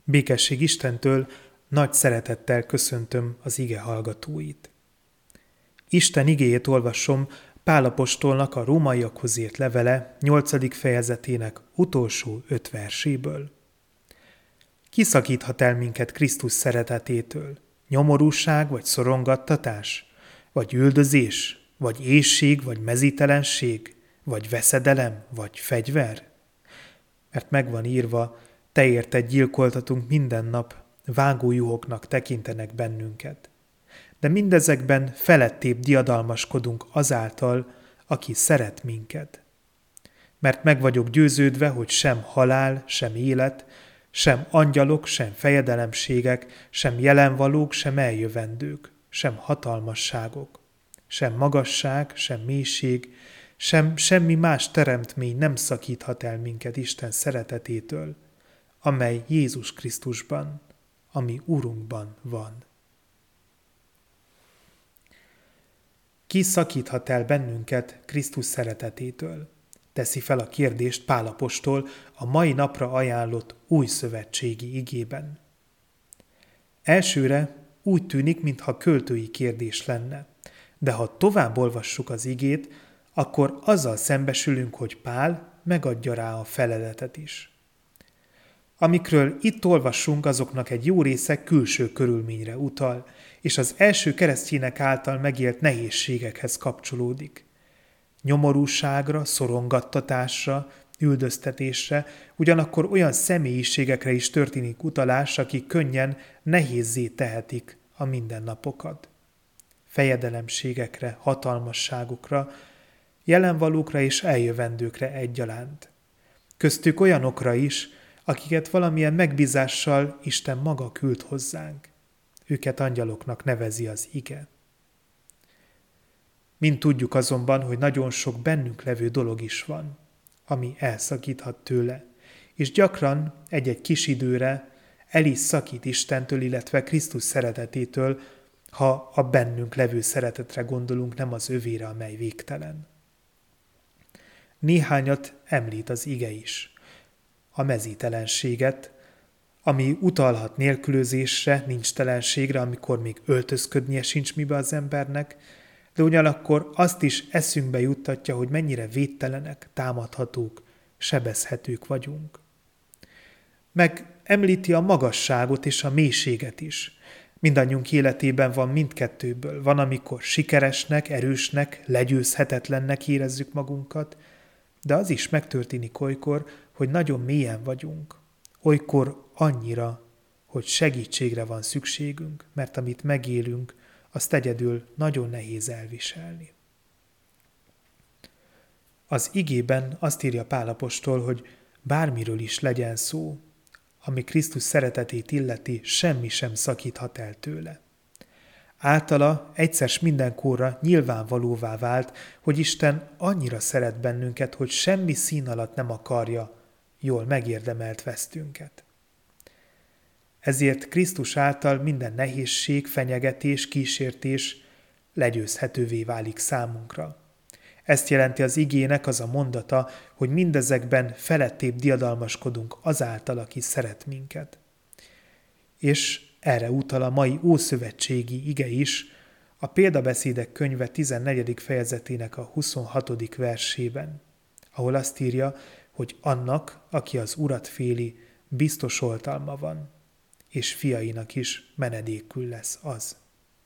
Békesség Istentől, nagy szeretettel köszöntöm az ige hallgatóit. Isten igéjét olvasom Pál apostolnak a rómaiakhoz írt levele 8. fejezetének utolsó 5 verséből. Ki szakíthat el minket Krisztus szeretetétől? Nyomorúság vagy szorongattatás? Vagy üldözés? Vagy éhség, vagy mezítelenség? Vagy veszedelem, vagy fegyver? Mert megvan írva, te érted gyilkoltatunk minden nap, vágójuhoknak tekintenek bennünket. De mindezekben felettébb diadalmaskodunk azáltal, aki szeret minket. Mert meg vagyok győződve, hogy sem halál, sem élet, sem angyalok, sem fejedelemségek, sem jelenvalók, sem eljövendők, sem hatalmasságok, sem magasság, sem mélység, semmi más teremtmény nem szakíthat el minket Isten szeretetétől, amely Jézus Krisztusban, ami Urunkban van. Ki szakíthat el bennünket Krisztus szeretetétől? Teszi fel a kérdést Pál apostol a mai napra ajánlott új szövetségi igében. Elsőre úgy tűnik, mintha költői kérdés lenne, de ha tovább olvassuk az igét, akkor azzal szembesülünk, hogy Pál megadja rá a feleletet is. Amikről itt olvassunk, azoknak egy jó része külső körülményre utal, és az első keresztjének által megélt nehézségekhez kapcsolódik. Nyomorúságra, szorongattatásra, üldöztetésre, ugyanakkor olyan személyiségekre is történik utalás, akik könnyen nehézzé tehetik a mindennapokat. Fejedelemségekre, hatalmasságokra, jelenvalókra és eljövendőkre egyaránt. Köztük olyanokra is, akiket valamilyen megbízással Isten maga küld hozzánk. Őket angyaloknak nevezi az ige. Mind tudjuk azonban, hogy nagyon sok bennünk levő dolog is van, ami elszakíthat tőle, és gyakran egy-egy kis időre el is szakít Istentől, illetve Krisztus szeretetétől, ha a bennünk levő szeretetre gondolunk, nem az övére, amely végtelen. Néhányat említ az ige is. A mezítelenséget, ami utalhat nélkülözésre, nincstelenségre, amikor még öltözködnie sincs mibe az embernek, de ugyanakkor azt is eszünkbe juttatja, hogy mennyire védtelenek, támadhatók, sebezhetők vagyunk. Meg említi a magasságot és a mélységet is. Mindannyiunk életében van mindkettőből. Van, amikor sikeresnek, erősnek, legyőzhetetlennek érezzük magunkat, de az is megtörténik olykor, hogy nagyon mélyen vagyunk. Olykor annyira, hogy segítségre van szükségünk, mert amit megélünk, azt egyedül nagyon nehéz elviselni. Az igében azt írja Pál apostol, hogy bármiről is legyen szó, ami Krisztus szeretetét illeti, semmi sem szakíthat el tőle. Általa egyszer s mindenkorra nyilvánvalóvá vált, hogy Isten annyira szeret bennünket, hogy semmi szín alatt nem akarja jól megérdemelt vesztünket. Ezért Krisztus által minden nehézség, fenyegetés, kísértés legyőzhetővé válik számunkra. Ezt jelenti az igének az a mondata, hogy mindezekben felettébb diadalmaskodunk azáltal, aki szeret minket. És erre utal a mai ószövetségi ige is, a Példabeszédek könyve 14. fejezetének a 26. versében, ahol azt írja, hogy annak, aki az Urat féli, biztos oltalma van, és fiainak is menedékül lesz az.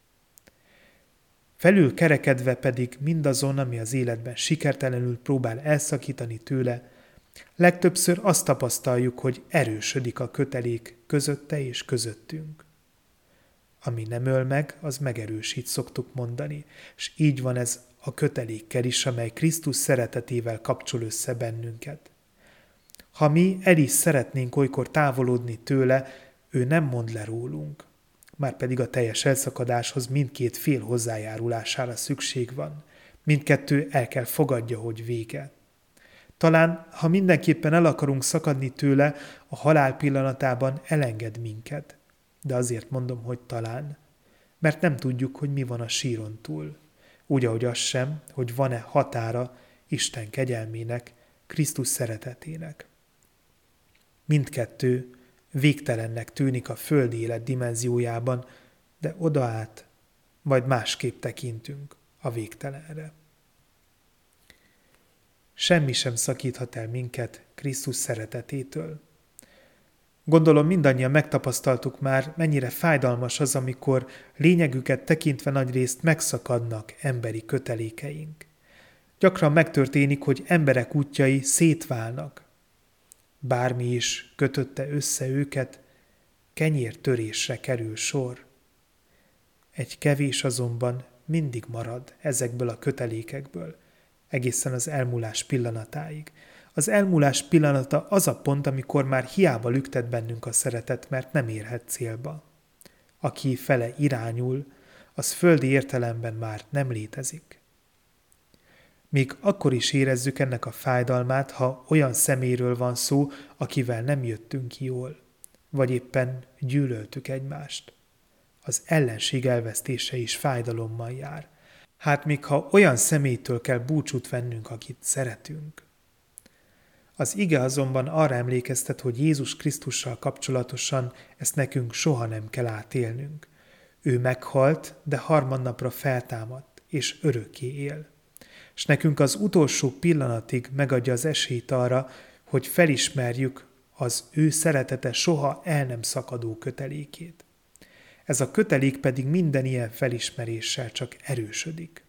Felül kerekedve pedig mindazon, ami az életben sikertelenül próbál elszakítani tőle, legtöbbször azt tapasztaljuk, hogy erősödik a kötelék közötte és közöttünk. Ami nem öl meg, az megerősít, szoktuk mondani, és így van ez a kötelékkel is, amely Krisztus szeretetével kapcsol össze bennünket. Ha mi el is szeretnénk olykor távolodni tőle, ő nem mond le rólunk. Márpedig a teljes elszakadáshoz mindkét fél hozzájárulására szükség van. Mindkettő el kell fogadja, hogy vége. Talán, ha mindenképpen el akarunk szakadni tőle, a halál pillanatában elenged minket. De azért mondom, hogy talán, mert nem tudjuk, hogy mi van a síron túl. Úgy, ahogy az sem, hogy van-e határa Isten kegyelmének, Krisztus szeretetének. Mindkettő Végtelennek tűnik a földi élet dimenziójában, de oda át majd másképp tekintünk a végtelenre. Semmi sem szakíthat el minket Krisztus szeretetétől. Gondolom mindannyian megtapasztaltuk már, mennyire fájdalmas az, amikor lényegüket tekintve nagyrészt megszakadnak emberi kötelékeink. Gyakran megtörténik, hogy emberek útjai szétválnak. Bármi is kötötte össze őket, kenyértörésre kerül sor. Egy kevés azonban mindig marad ezekből a kötelékekből, egészen az elmúlás pillanatáig. Az elmúlás pillanata az a pont, amikor már hiába lüktet bennünk a szeretet, mert nem érhet célba. Aki fele irányul, az földi értelemben már nem létezik. Még akkor is érezzük ennek a fájdalmát, ha olyan személyről van szó, akivel nem jöttünk ki jól, vagy éppen gyűlöltük egymást. Az ellenség elvesztése is fájdalommal jár. Hát még ha olyan személytől kell búcsút vennünk, akit szeretünk. Az ige azonban arra emlékeztet, hogy Jézus Krisztussal kapcsolatosan ezt nekünk soha nem kell átélnünk. Ő meghalt, de harmadnapra feltámadt, és örökké él. És nekünk az utolsó pillanatig megadja az esélyt arra, hogy felismerjük az ő szeretete soha el nem szakadó kötelékét. Ez a kötelék pedig minden ilyen felismeréssel csak erősödik.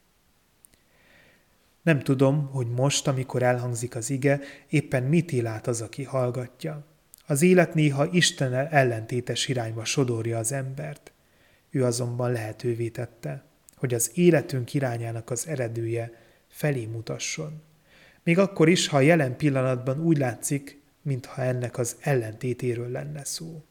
Nem tudom, hogy most, amikor elhangzik az ige, éppen mit él át az, aki hallgatja. Az élet néha Istennel ellentétes irányba sodorja az embert. Ő azonban lehetővé tette, hogy az életünk irányának az eredője felé mutasson. Még akkor is, ha a jelen pillanatban úgy látszik, mintha ennek az ellentétéről lenne szó.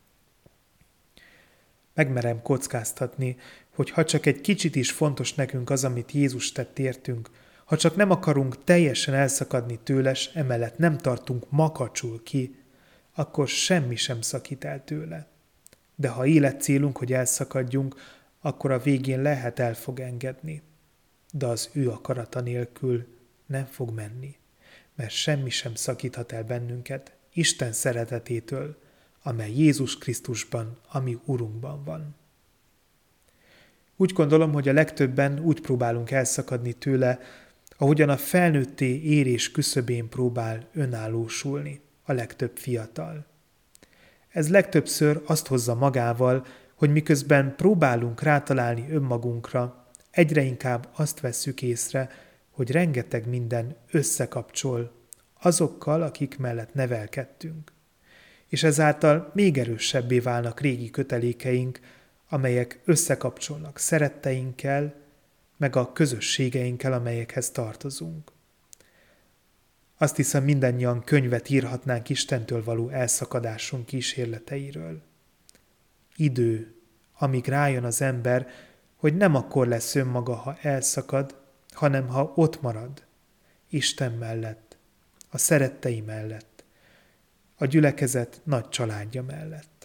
Megmerem kockáztatni, hogy ha csak egy kicsit is fontos nekünk az, amit Jézus tett értünk, ha csak nem akarunk teljesen elszakadni tőle, s emellett nem tartunk makacsul ki, akkor semmi sem szakít el tőle. De ha életcélunk, hogy elszakadjunk, akkor a végén lehet el fog engedni. De az ő akarata nélkül nem fog menni, mert semmi sem szakíthat el bennünket Isten szeretetétől, amely Jézus Krisztusban, ami Urunkban van. Úgy gondolom, hogy a legtöbben úgy próbálunk elszakadni tőle, ahogyan a felnőtté érés küszöbén próbál önállósulni a legtöbb fiatal. Ez legtöbbször azt hozza magával, hogy miközben próbálunk rátalálni önmagunkra, egyre inkább azt vesszük észre, hogy rengeteg minden összekapcsol azokkal, akik mellett nevelkedtünk. És ezáltal még erősebbé válnak régi kötelékeink, amelyek összekapcsolnak szeretteinkkel, meg a közösségeinkkel, amelyekhez tartozunk. Azt hiszem, mindannyian könyvet írhatnánk Istentől való elszakadásunk kísérleteiről. Idő, amíg rájön az ember, hogy nem akkor lesz önmaga, ha elszakad, hanem ha ott marad, Isten mellett, a szerettei mellett, a gyülekezet nagy családja mellett.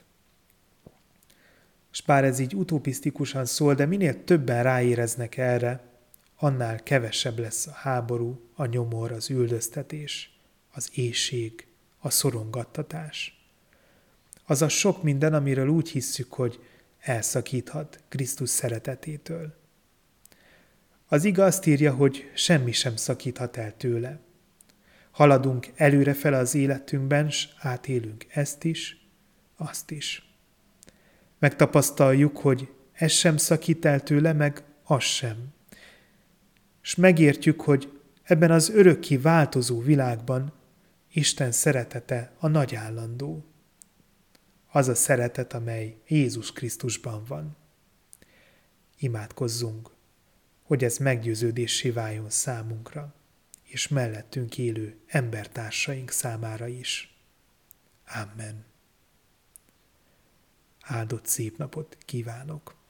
S bár ez így utopisztikusan szól, de minél többen ráéreznek erre, annál kevesebb lesz a háború, a nyomor, az üldöztetés, az éhség, a szorongattatás. Az a sok minden, amiről úgy hisszük, hogy elszakíthat Krisztus szeretetétől. Az ige azt írja, hogy semmi sem szakíthat el tőle. Haladunk előrefele az életünkben, s átélünk ezt is, azt is. Megtapasztaljuk, hogy ez sem szakít el tőle, meg az sem. S megértjük, hogy ebben az örökké változó világban Isten szeretete a nagy állandó. Az a szeretet, amely Jézus Krisztusban van. Imádkozzunk, hogy ez meggyőződéssé váljon számunkra, és mellettünk élő embertársaink számára is. Amen. Áldott szép napot kívánok!